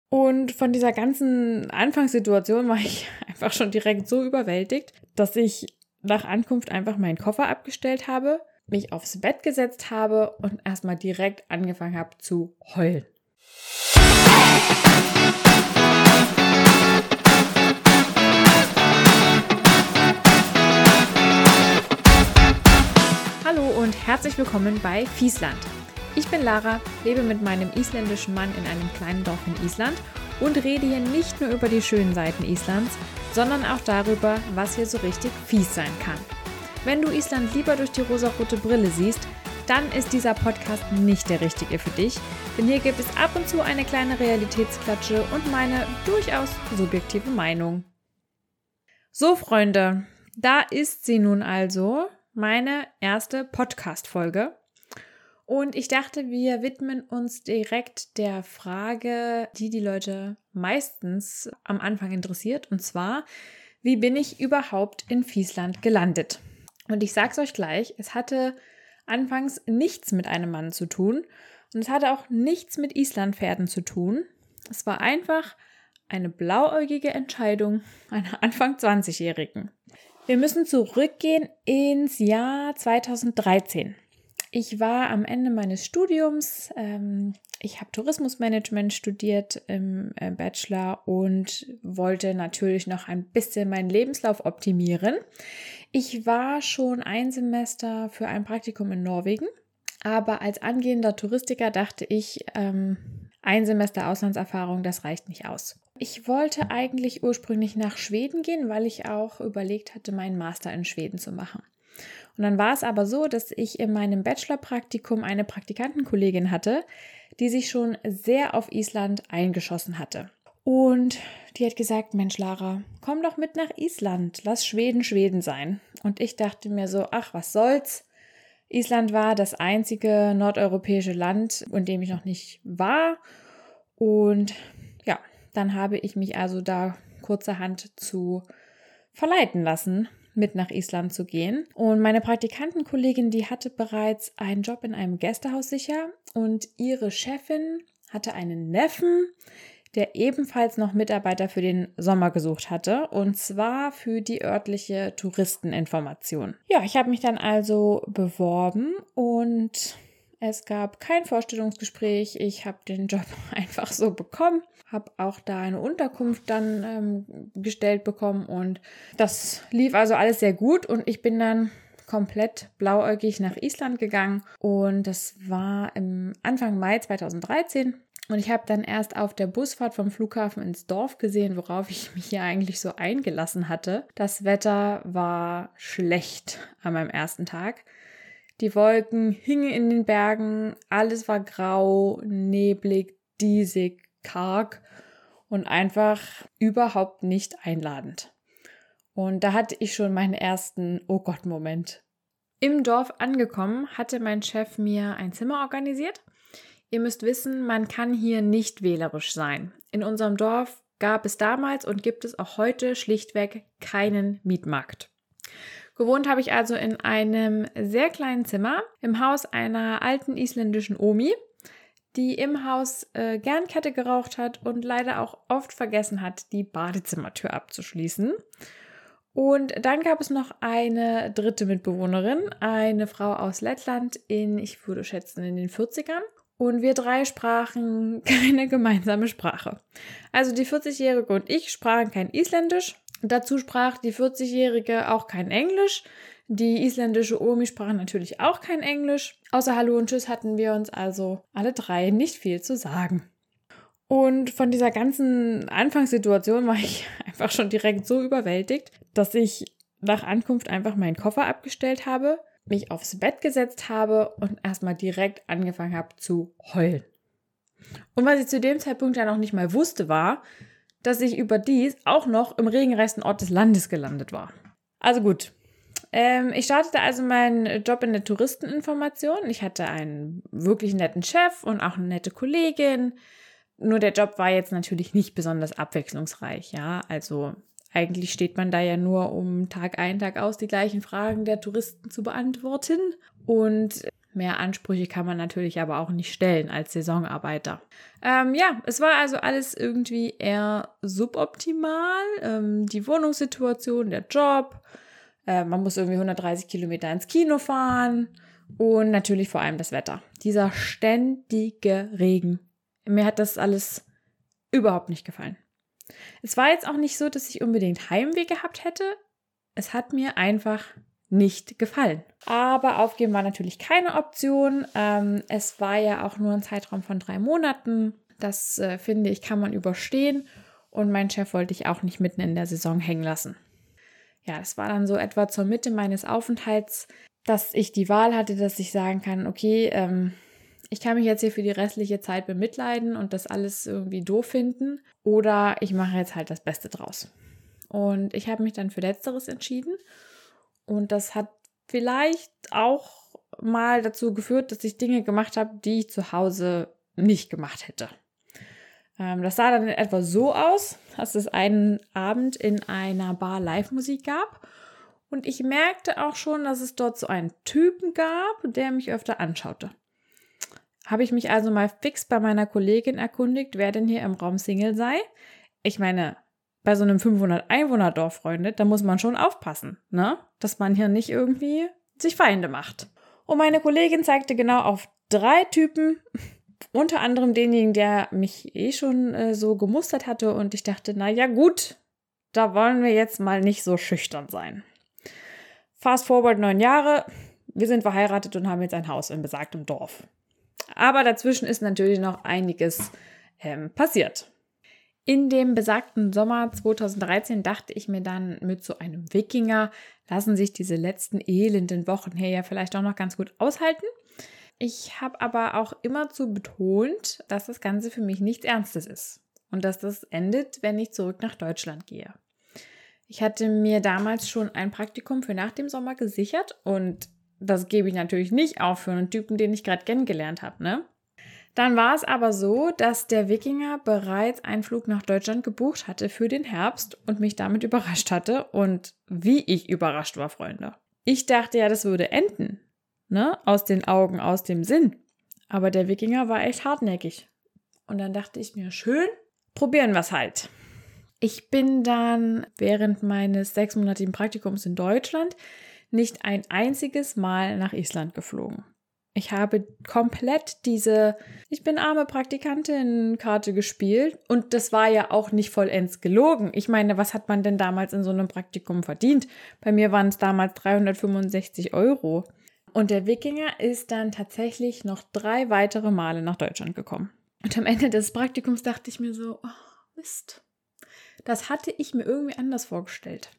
Und von dieser ganzen Anfangssituation war ich einfach schon direkt so überwältigt, dass ich nach Ankunft einfach meinen Koffer abgestellt habe, mich aufs Bett gesetzt habe und erstmal direkt angefangen habe zu heulen. Hallo und herzlich willkommen bei Fiesland. Ich bin Lara, lebe mit meinem isländischen Mann in einem kleinen Dorf in Island und rede hier nicht nur über die schönen Seiten Islands, sondern auch darüber, was hier so richtig fies sein kann. Wenn du Island lieber durch die rosarote Brille siehst, dann ist dieser Podcast nicht der richtige für dich, denn hier gibt es ab und zu eine kleine Realitätsklatsche und meine durchaus subjektive Meinung. So, Freunde, da ist sie nun also, meine erste Podcast-Folge. Und ich dachte, wir widmen uns direkt der Frage, die Leute meistens am Anfang interessiert. Und zwar, wie bin ich überhaupt in Fiesland gelandet? Und ich sag's euch gleich, es hatte anfangs nichts mit einem Mann zu tun. Und es hatte auch nichts mit Islandpferden zu tun. Es war einfach eine blauäugige Entscheidung einer Anfang 20-Jährigen. Wir müssen zurückgehen ins Jahr 2013. Ich war am Ende meines Studiums, ich habe Tourismusmanagement studiert im Bachelor und wollte natürlich noch ein bisschen meinen Lebenslauf optimieren. Ich war schon ein Semester für ein Praktikum in Norwegen, aber als angehender Touristiker dachte ich, ein Semester Auslandserfahrung, das reicht nicht aus. Ich wollte eigentlich ursprünglich nach Schweden gehen, weil ich auch überlegt hatte, meinen Master in Schweden zu machen. Und dann war es aber so, dass ich in meinem Bachelorpraktikum eine Praktikantenkollegin hatte, die sich schon sehr auf Island eingeschossen hatte. Und die hat gesagt, Mensch Lara, komm doch mit nach Island, lass Schweden Schweden sein. Und ich dachte mir so, ach was soll's. Island war das einzige nordeuropäische Land, in dem ich noch nicht war. Und ja, dann habe ich mich also da kurzerhand zu verleiten lassen, mit nach Island zu gehen. Und meine Praktikantenkollegin, die hatte bereits einen Job in einem Gästehaus sicher und ihre Chefin hatte einen Neffen, der ebenfalls noch Mitarbeiter für den Sommer gesucht hatte, und zwar für die örtliche Touristeninformation. Ja, ich habe mich dann also beworben und es gab kein Vorstellungsgespräch. Ich habe den Job einfach so bekommen, habe auch da eine Unterkunft dann gestellt bekommen und das lief also alles sehr gut und ich bin dann komplett blauäugig nach Island gegangen und das war im Anfang Mai 2013. Und ich habe dann erst auf der Busfahrt vom Flughafen ins Dorf gesehen, worauf ich mich ja eigentlich so eingelassen hatte. Das Wetter war schlecht an meinem ersten Tag. Die Wolken hingen in den Bergen, alles war grau, neblig, diesig, karg und einfach überhaupt nicht einladend. Und da hatte ich schon meinen ersten Oh Gott-Moment. Im Dorf angekommen, hatte mein Chef mir ein Zimmer organisiert. Ihr müsst wissen, man kann hier nicht wählerisch sein. In unserem Dorf gab es damals und gibt es auch heute schlichtweg keinen Mietmarkt. Gewohnt habe ich also in einem sehr kleinen Zimmer im Haus einer alten isländischen Omi, die im Haus gern Kette geraucht hat und leider auch oft vergessen hat, die Badezimmertür abzuschließen. Und dann gab es noch eine dritte Mitbewohnerin, eine Frau aus Lettland ich würde schätzen, in den 40ern. Und wir drei sprachen keine gemeinsame Sprache. Also die 40-Jährige und ich sprachen kein Isländisch. Dazu sprach die 40-Jährige auch kein Englisch. Die isländische Omi sprach natürlich auch kein Englisch. Außer Hallo und Tschüss hatten wir uns also alle drei nicht viel zu sagen. Und von dieser ganzen Anfangssituation war ich einfach schon direkt so überwältigt, dass ich nach Ankunft einfach meinen Koffer abgestellt habe, mich aufs Bett gesetzt habe und erstmal direkt angefangen habe zu heulen. Und was ich zu dem Zeitpunkt ja noch nicht mal wusste, war, dass ich überdies auch noch im regenreichsten Ort des Landes gelandet war. Also gut, ich startete also meinen Job in der Touristeninformation. Ich hatte einen wirklich netten Chef und auch eine nette Kollegin. Nur der Job war jetzt natürlich nicht besonders abwechslungsreich, ja, also eigentlich steht man da ja nur, um Tag ein, Tag aus die gleichen Fragen der Touristen zu beantworten. Und Mehr Ansprüche kann man natürlich aber auch nicht stellen als Saisonarbeiter. Es war also alles irgendwie eher suboptimal. Die Wohnungssituation, der Job, man muss irgendwie 130 Kilometer ins Kino fahren und natürlich vor allem das Wetter. Dieser ständige Regen. Mir hat das alles überhaupt nicht gefallen. Es war jetzt auch nicht so, dass ich unbedingt Heimweh gehabt hätte. Es hat mir einfach nicht gefallen. Aber aufgeben war natürlich keine Option. Es war ja auch nur ein Zeitraum von 3 Monaten. Das, finde ich, kann man überstehen. Und mein Chef wollte ich auch nicht mitten in der Saison hängen lassen. Ja, das war dann so etwa zur Mitte meines Aufenthalts, dass ich die Wahl hatte, dass ich sagen kann, okay, ich kann mich jetzt hier für die restliche Zeit bemitleiden und das alles irgendwie doof finden. Oder ich mache jetzt halt das Beste draus. Und ich habe mich dann für Letzteres entschieden. Und das hat vielleicht auch mal dazu geführt, dass ich Dinge gemacht habe, die ich zu Hause nicht gemacht hätte. Das sah dann in etwa so aus, dass es einen Abend in einer Bar Live-Musik gab. Und ich merkte auch schon, dass es dort so einen Typen gab, der mich öfter anschaute. Habe ich mich also mal fix bei meiner Kollegin erkundigt, wer denn hier im Raum Single sei. Ich meine, bei so einem 500-Einwohner-Dorf, Freunde, da muss man schon aufpassen, ne? Dass man hier nicht irgendwie sich Feinde macht. Und meine Kollegin zeigte genau auf 3 Typen, unter anderem denjenigen, der mich schon so gemustert hatte. Und ich dachte, na ja gut, da wollen wir jetzt mal nicht so schüchtern sein. Fast forward 9 Jahre, wir sind verheiratet und haben jetzt ein Haus in besagtem Dorf. Aber dazwischen ist natürlich noch einiges passiert. In dem besagten Sommer 2013 dachte ich mir dann, mit so einem Wikinger lassen sich diese letzten elenden Wochen hier ja vielleicht auch noch ganz gut aushalten. Ich habe aber auch immerzu betont, dass das Ganze für mich nichts Ernstes ist und dass das endet, wenn ich zurück nach Deutschland gehe. Ich hatte mir damals schon ein Praktikum für nach dem Sommer gesichert und das gebe ich natürlich nicht auf für einen Typen, den ich gerade kennengelernt habe, ne? Dann war es aber so, dass der Wikinger bereits einen Flug nach Deutschland gebucht hatte für den Herbst und mich damit überrascht hatte. Und wie ich überrascht war, Freunde. Ich dachte ja, das würde enden, ne? Aus den Augen, aus dem Sinn. Aber der Wikinger war echt hartnäckig. Und dann dachte ich mir, schön, probieren wir es halt. Ich bin dann während meines 6-monatigen Praktikums in Deutschland nicht ein einziges Mal nach Island geflogen. Ich habe komplett diese Ich bin arme Praktikantin-Karte gespielt und das war ja auch nicht vollends gelogen. Ich meine, was hat man denn damals in so einem Praktikum verdient? Bei mir waren es damals 365 €. Und der Wikinger ist dann tatsächlich noch 3 weitere Male nach Deutschland gekommen. Und am Ende des Praktikums dachte ich mir so, oh, Mist, das hatte ich mir irgendwie anders vorgestellt.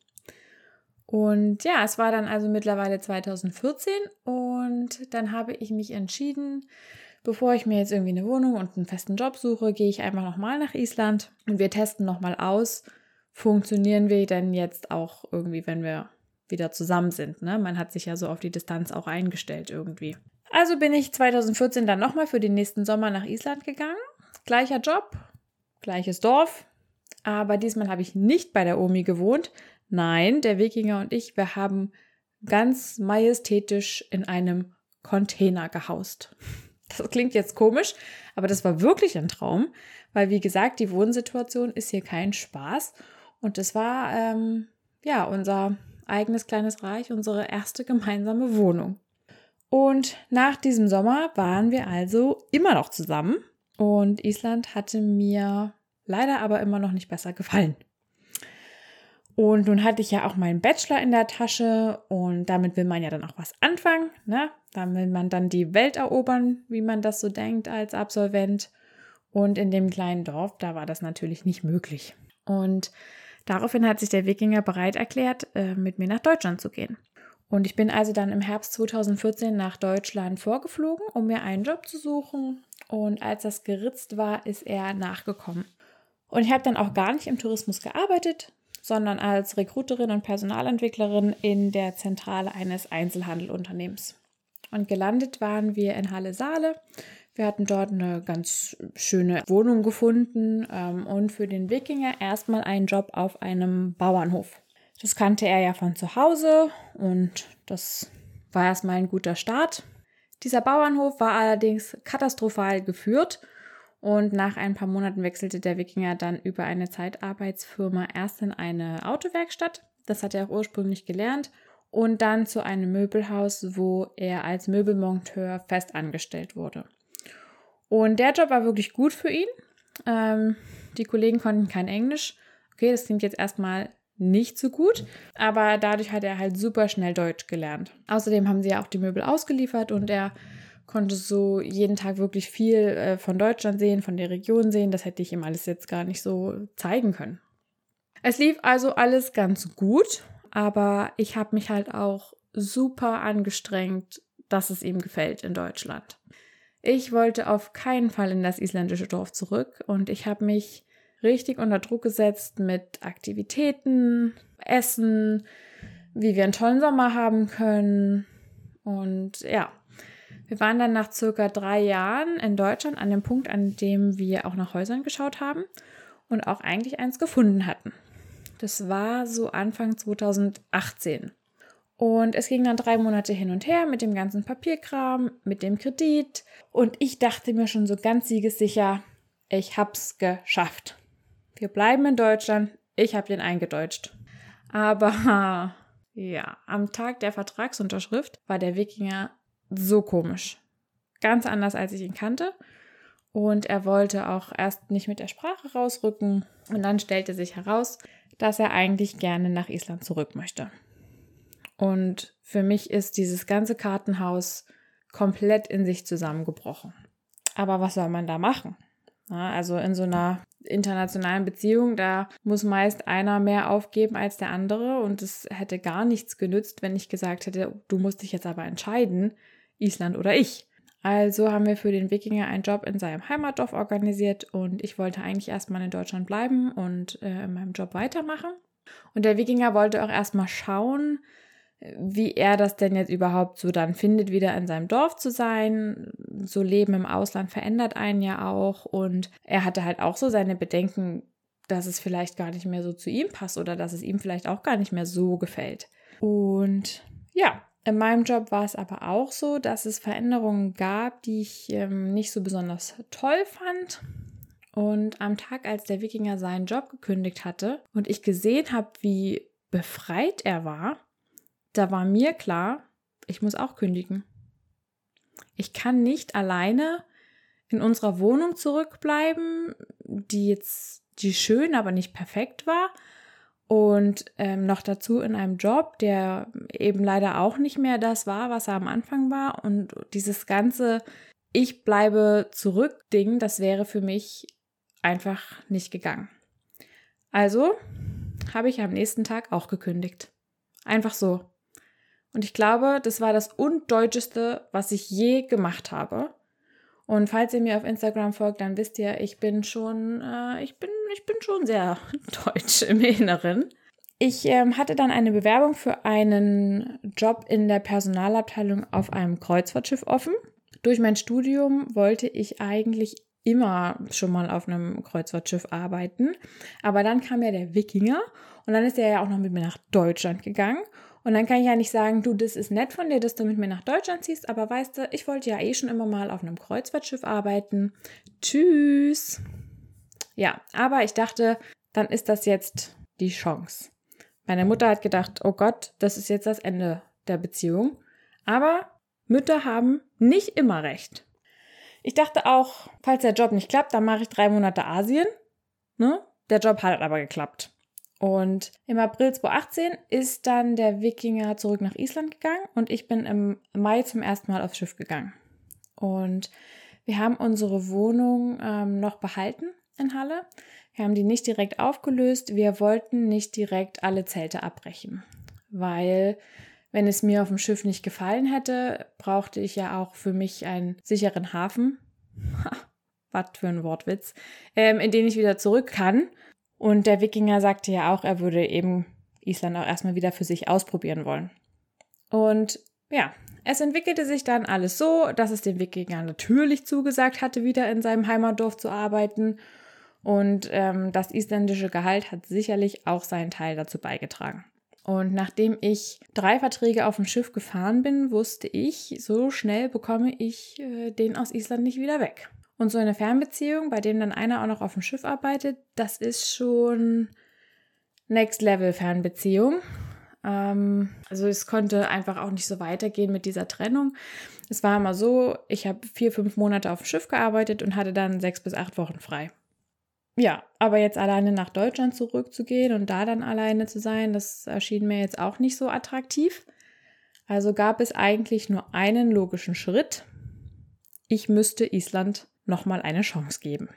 Und ja, es war dann also mittlerweile 2014 und dann habe ich mich entschieden, bevor ich mir jetzt irgendwie eine Wohnung und einen festen Job suche, gehe ich einfach nochmal nach Island und wir testen nochmal aus, funktionieren wir denn jetzt auch irgendwie, wenn wir wieder zusammen sind, ne? Man hat sich ja so auf die Distanz auch eingestellt irgendwie. Also bin ich 2014 dann nochmal für den nächsten Sommer nach Island gegangen. Gleicher Job, gleiches Dorf, aber diesmal habe ich nicht bei der Omi gewohnt. Nein, der Wikinger und ich, wir haben ganz majestätisch in einem Container gehaust. Das klingt jetzt komisch, aber das war wirklich ein Traum, weil wie gesagt, die Wohnsituation ist hier kein Spaß und das war unser eigenes kleines Reich, unsere erste gemeinsame Wohnung. Und nach diesem Sommer waren wir also immer noch zusammen und Island hatte mir leider aber immer noch nicht besser gefallen. Und nun hatte ich ja auch meinen Bachelor in der Tasche und damit will man ja dann auch was anfangen, ne? Dann will man dann die Welt erobern, wie man das so denkt als Absolvent. Und in dem kleinen Dorf, da war das natürlich nicht möglich. Und daraufhin hat sich der Wikinger bereit erklärt, mit mir nach Deutschland zu gehen. Und ich bin also dann im Herbst 2014 nach Deutschland vorgeflogen, um mir einen Job zu suchen. Und als das geritzt war, ist er nachgekommen. Und ich habe dann auch gar nicht im Tourismus gearbeitet, sondern als Recruiterin und Personalentwicklerin in der Zentrale eines Einzelhandelunternehmens. Und gelandet waren wir in Halle-Saale. Wir hatten dort eine ganz schöne Wohnung gefunden und für den Wikinger erstmal einen Job auf einem Bauernhof. Das kannte er ja von zu Hause und das war erstmal ein guter Start. Dieser Bauernhof war allerdings katastrophal geführt und nach ein paar Monaten wechselte der Wikinger dann über eine Zeitarbeitsfirma erst in eine Autowerkstatt, das hat er auch ursprünglich gelernt, und dann zu einem Möbelhaus, wo er als Möbelmonteur fest angestellt wurde. Und der Job war wirklich gut für ihn. Die Kollegen konnten kein Englisch. Okay, das klingt jetzt erstmal nicht so gut, aber dadurch hat er halt super schnell Deutsch gelernt. Außerdem haben sie ja auch die Möbel ausgeliefert und er konnte so jeden Tag wirklich viel von Deutschland sehen, von der Region sehen. Das hätte ich ihm alles jetzt gar nicht so zeigen können. Es lief also alles ganz gut, aber ich habe mich halt auch super angestrengt, dass es ihm gefällt in Deutschland. Ich wollte auf keinen Fall in das isländische Dorf zurück und ich habe mich richtig unter Druck gesetzt mit Aktivitäten, Essen, wie wir einen tollen Sommer haben können. Und ja, wir waren dann nach circa 3 Jahren in Deutschland an dem Punkt, an dem wir auch nach Häusern geschaut haben und auch eigentlich eins gefunden hatten. Das war so Anfang 2018. Und es ging dann 3 Monate hin und her mit dem ganzen Papierkram, mit dem Kredit. Und ich dachte mir schon so ganz siegessicher, ich hab's geschafft. Wir bleiben in Deutschland, ich habe den eingedeutscht. Aber ja, am Tag der Vertragsunterschrift war der Wikinger so komisch. Ganz anders, als ich ihn kannte. Und er wollte auch erst nicht mit der Sprache rausrücken. Und dann stellte sich heraus, dass er eigentlich gerne nach Island zurück möchte. Und für mich ist dieses ganze Kartenhaus komplett in sich zusammengebrochen. Aber was soll man da machen? Ja, also in so einer internationalen Beziehung, da muss meist einer mehr aufgeben als der andere. Und es hätte gar nichts genützt, wenn ich gesagt hätte, du musst dich jetzt aber entscheiden, Island oder ich. Also haben wir für den Wikinger einen Job in seinem Heimatdorf organisiert und ich wollte eigentlich erstmal in Deutschland bleiben und in meinem Job weitermachen. Und der Wikinger wollte auch erstmal schauen, wie er das denn jetzt überhaupt so dann findet, wieder in seinem Dorf zu sein. So Leben im Ausland verändert einen ja auch und er hatte halt auch so seine Bedenken, dass es vielleicht gar nicht mehr so zu ihm passt oder dass es ihm vielleicht auch gar nicht mehr so gefällt. Und ja, in meinem Job war es aber auch so, dass es Veränderungen gab, die ich nicht so besonders toll fand. Und am Tag, als der Wikinger seinen Job gekündigt hatte und ich gesehen habe, wie befreit er war, da war mir klar, ich muss auch kündigen. Ich kann nicht alleine in unserer Wohnung zurückbleiben, die schön, aber nicht perfekt war. Und noch dazu in einem Job, der eben leider auch nicht mehr das war, was er am Anfang war. Und dieses ganze Ich bleibe zurück Ding, das wäre für mich einfach nicht gegangen. Also habe ich am nächsten Tag auch gekündigt. Einfach so. Und ich glaube, das war das Undeutscheste, was ich je gemacht habe. Und falls ihr mir auf Instagram folgt, dann wisst ihr, ich bin schon sehr deutsch im Inneren. Ich hatte dann eine Bewerbung für einen Job in der Personalabteilung auf einem Kreuzfahrtschiff offen. Durch mein Studium wollte ich eigentlich immer schon mal auf einem Kreuzfahrtschiff arbeiten. Aber dann kam ja der Wikinger und dann ist er ja auch noch mit mir nach Deutschland gegangen. Und dann kann ich ja nicht sagen, du, das ist nett von dir, dass du mit mir nach Deutschland ziehst, aber weißt du, ich wollte ja schon immer mal auf einem Kreuzfahrtschiff arbeiten. Tschüss. Ja, aber ich dachte, dann ist das jetzt die Chance. Meine Mutter hat gedacht, oh Gott, das ist jetzt das Ende der Beziehung. Aber Mütter haben nicht immer recht. Ich dachte auch, falls der Job nicht klappt, dann mache ich 3 Monate Asien. Ne? Der Job hat aber geklappt. Und im April 2018 ist dann der Wikinger zurück nach Island gegangen und ich bin im Mai zum ersten Mal aufs Schiff gegangen. Und wir haben unsere Wohnung noch behalten in Halle. Wir haben die nicht direkt aufgelöst. Wir wollten nicht direkt alle Zelte abbrechen, weil wenn es mir auf dem Schiff nicht gefallen hätte, brauchte ich ja auch für mich einen sicheren Hafen. Was für ein Wortwitz. In den ich wieder zurück kann. Und der Wikinger sagte ja auch, er würde eben Island auch erstmal wieder für sich ausprobieren wollen. Und ja, es entwickelte sich dann alles so, dass es dem Wikinger natürlich zugesagt hatte, wieder in seinem Heimatdorf zu arbeiten. Und das isländische Gehalt hat sicherlich auch seinen Teil dazu beigetragen. Und nachdem ich 3 Verträge auf dem Schiff gefahren bin, wusste ich, so schnell bekomme ich den aus Island nicht wieder weg. Und so eine Fernbeziehung, bei dem dann einer auch noch auf dem Schiff arbeitet, das ist schon Next-Level-Fernbeziehung. Also es konnte einfach auch nicht so weitergehen mit dieser Trennung. Es war immer so, ich habe 4-5 Monate auf dem Schiff gearbeitet und hatte dann 6 bis 8 Wochen frei. Ja, aber jetzt alleine nach Deutschland zurückzugehen und da dann alleine zu sein, das erschien mir jetzt auch nicht so attraktiv. Also gab es eigentlich nur einen logischen Schritt. Ich müsste Island nochmal eine Chance geben.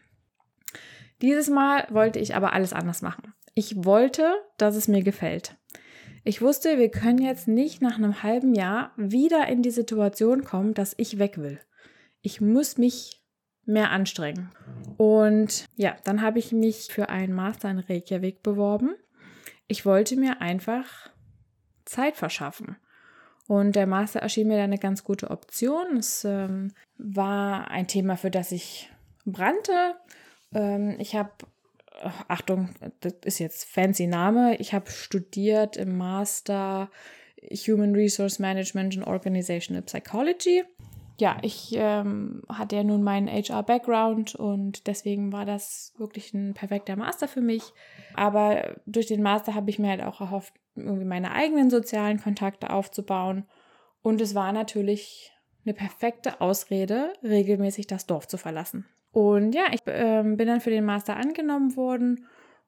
Dieses Mal wollte ich aber alles anders machen. Ich wollte, dass es mir gefällt. Ich wusste, wir können jetzt nicht nach einem halben Jahr wieder in die Situation kommen, dass ich weg will. Ich muss mich mehr anstrengen. Und ja, dann habe ich mich für einen Master in Reykjavik beworben. Ich wollte mir einfach Zeit verschaffen. Und der Master erschien mir dann eine ganz gute Option. Es war ein Thema, für das ich brannte. Ich habe, Achtung, das ist jetzt fancy Name, ich habe studiert im Master Human Resource Management and Organizational Psychology. Ja, ich hatte ja nun meinen HR-Background und deswegen war das wirklich ein perfekter Master für mich. Aber durch den Master habe ich mir halt auch erhofft, irgendwie meine eigenen sozialen Kontakte aufzubauen. Und es war natürlich eine perfekte Ausrede, regelmäßig das Dorf zu verlassen. Und ja, ich bin dann für den Master angenommen worden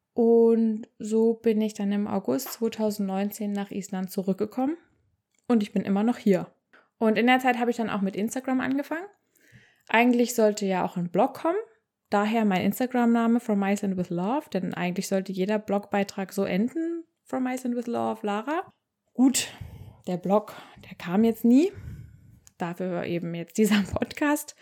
und so bin ich dann im August 2019 nach Island zurückgekommen und ich bin immer noch hier. Und in der Zeit habe ich dann auch mit Instagram angefangen. Eigentlich sollte ja auch ein Blog kommen, daher mein Instagram-Name From Iceland with Love, denn eigentlich sollte jeder Blogbeitrag so enden, From Iceland with Love, Lara. Gut, der Blog, der kam jetzt nie, dafür eben jetzt dieser Podcast.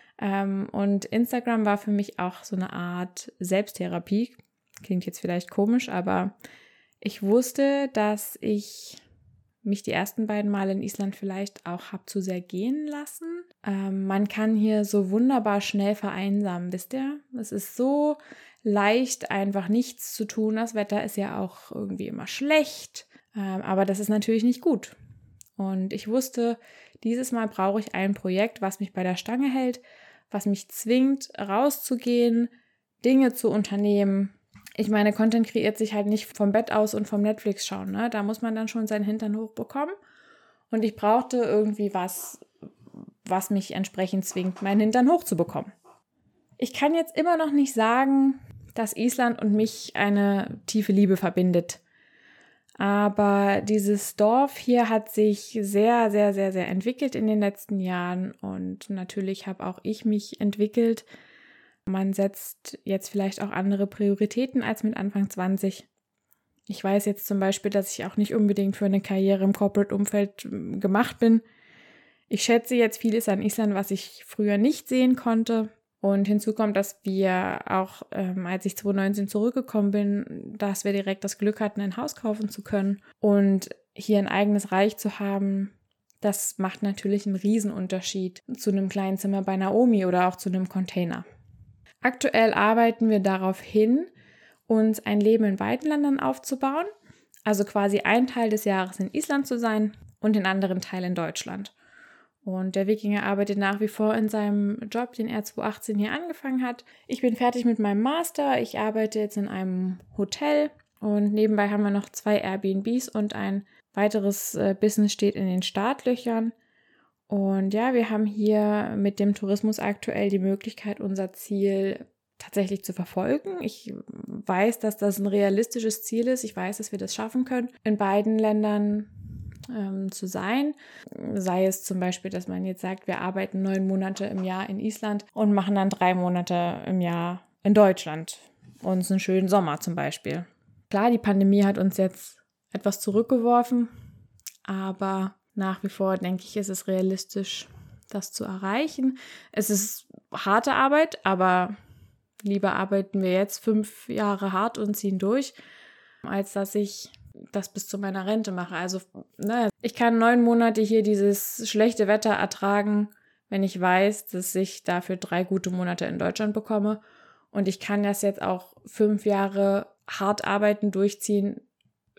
Und Instagram war für mich auch so eine Art Selbsttherapie. Klingt jetzt vielleicht komisch, aber ich wusste, dass ich mich die ersten beiden Male in Island vielleicht auch habe zu sehr gehen lassen. Man kann hier so wunderbar schnell vereinsamen, wisst ihr? Es ist so leicht, einfach nichts zu tun. Das Wetter ist ja auch irgendwie immer schlecht, aber das ist natürlich nicht gut. Und ich wusste, dieses Mal brauche ich ein Projekt, was mich bei der Stange hält, was mich zwingt, rauszugehen, Dinge zu unternehmen. Ich meine, Content kreiert sich halt nicht vom Bett aus und vom Netflix schauen, ne? Da muss man dann schon seinen Hintern hochbekommen. Und ich brauchte irgendwie was mich entsprechend zwingt, meinen Hintern hochzubekommen. Ich kann jetzt immer noch nicht sagen, dass Island und mich eine tiefe Liebe verbindet. Aber dieses Dorf hier hat sich sehr, sehr, sehr, sehr entwickelt in den letzten Jahren und natürlich habe auch ich mich entwickelt. Man setzt jetzt vielleicht auch andere Prioritäten als mit Anfang 20. Ich weiß jetzt zum Beispiel, dass ich auch nicht unbedingt für eine Karriere im Corporate-Umfeld gemacht bin. Ich schätze jetzt vieles an Island, was ich früher nicht sehen konnte. Und hinzu kommt, dass wir auch, als ich 2019 zurückgekommen bin, dass wir direkt das Glück hatten, ein Haus kaufen zu können. Und hier ein eigenes Reich zu haben, das macht natürlich einen Riesenunterschied zu einem kleinen Zimmer bei Naomi oder auch zu einem Container. Aktuell arbeiten wir darauf hin, uns ein Leben in beiden Ländern aufzubauen. Also quasi ein Teil des Jahres in Island zu sein und den anderen Teil in Deutschland. Und der Wikinger arbeitet nach wie vor in seinem Job, den er 2018 hier angefangen hat. Ich bin fertig mit meinem Master. Ich arbeite jetzt in einem Hotel und nebenbei haben wir noch 2 Airbnbs und ein weiteres Business steht in den Startlöchern. Und ja, wir haben hier mit dem Tourismus aktuell die Möglichkeit, unser Ziel tatsächlich zu verfolgen. Ich weiß, dass das ein realistisches Ziel ist. Ich weiß, dass wir das schaffen können, in beiden Ländern zu sein. Sei es zum Beispiel, dass man jetzt sagt, wir arbeiten 9 Monate im Jahr in Island und machen dann 3 Monate im Jahr in Deutschland. Uns einen schönen Sommer zum Beispiel. Klar, die Pandemie hat uns jetzt etwas zurückgeworfen, aber nach wie vor, denke ich, ist es realistisch, das zu erreichen. Es ist harte Arbeit, aber lieber arbeiten wir jetzt 5 Jahre hart und ziehen durch, als dass ich das bis zu meiner Rente mache. Also, ich kann 9 Monate hier dieses schlechte Wetter ertragen, wenn ich weiß, dass ich dafür 3 gute Monate in Deutschland bekomme. Und ich kann das jetzt auch 5 Jahre hart arbeiten, durchziehen,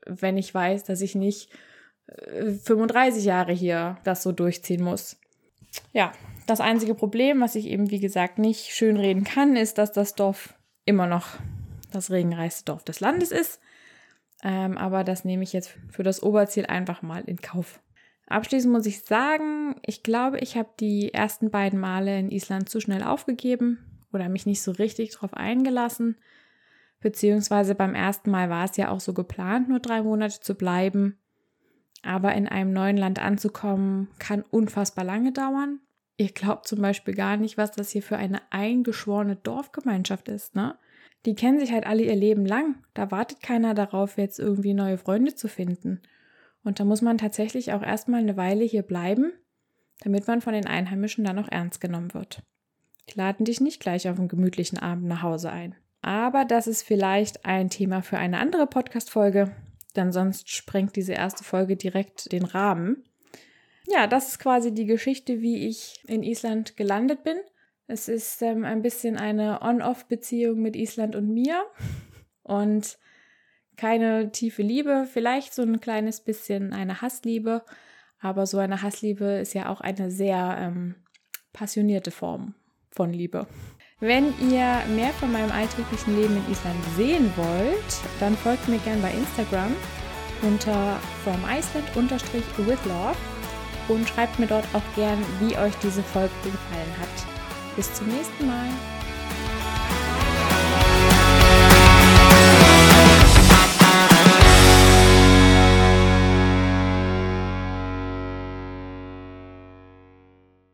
wenn ich weiß, dass ich nicht 35 Jahre hier das so durchziehen muss. Ja, das einzige Problem, was ich eben, wie gesagt, nicht schönreden kann, ist, dass das Dorf immer noch das regenreichste Dorf des Landes ist. Aber das nehme ich jetzt für das Oberziel einfach mal in Kauf. Abschließend muss ich sagen, ich glaube, ich habe die ersten beiden Male in Island zu schnell aufgegeben oder mich nicht so richtig drauf eingelassen. Beziehungsweise beim ersten Mal war es ja auch so geplant, nur 3 Monate zu bleiben. Aber in einem neuen Land anzukommen, kann unfassbar lange dauern. Ihr glaubt zum Beispiel gar nicht, was das hier für eine eingeschworene Dorfgemeinschaft ist, ne? Die kennen sich halt alle ihr Leben lang. Da wartet keiner darauf, jetzt irgendwie neue Freunde zu finden. Und da muss man tatsächlich auch erstmal eine Weile hier bleiben, damit man von den Einheimischen dann auch ernst genommen wird. Die laden dich nicht gleich auf einen gemütlichen Abend nach Hause ein. Aber das ist vielleicht ein Thema für eine andere Podcast-Folge, denn sonst sprengt diese erste Folge direkt den Rahmen. Ja, das ist quasi die Geschichte, wie ich in Island gelandet bin. Es ist ein bisschen eine On-Off-Beziehung mit Island und mir und keine tiefe Liebe, vielleicht so ein kleines bisschen eine Hassliebe, aber so eine Hassliebe ist ja auch eine sehr passionierte Form von Liebe. Wenn ihr mehr von meinem alltäglichen Leben in Island sehen wollt, dann folgt mir gerne bei Instagram unter FromIceland_withlove und schreibt mir dort auch gern, wie euch diese Folge gefallen hat. Bis zum nächsten Mal.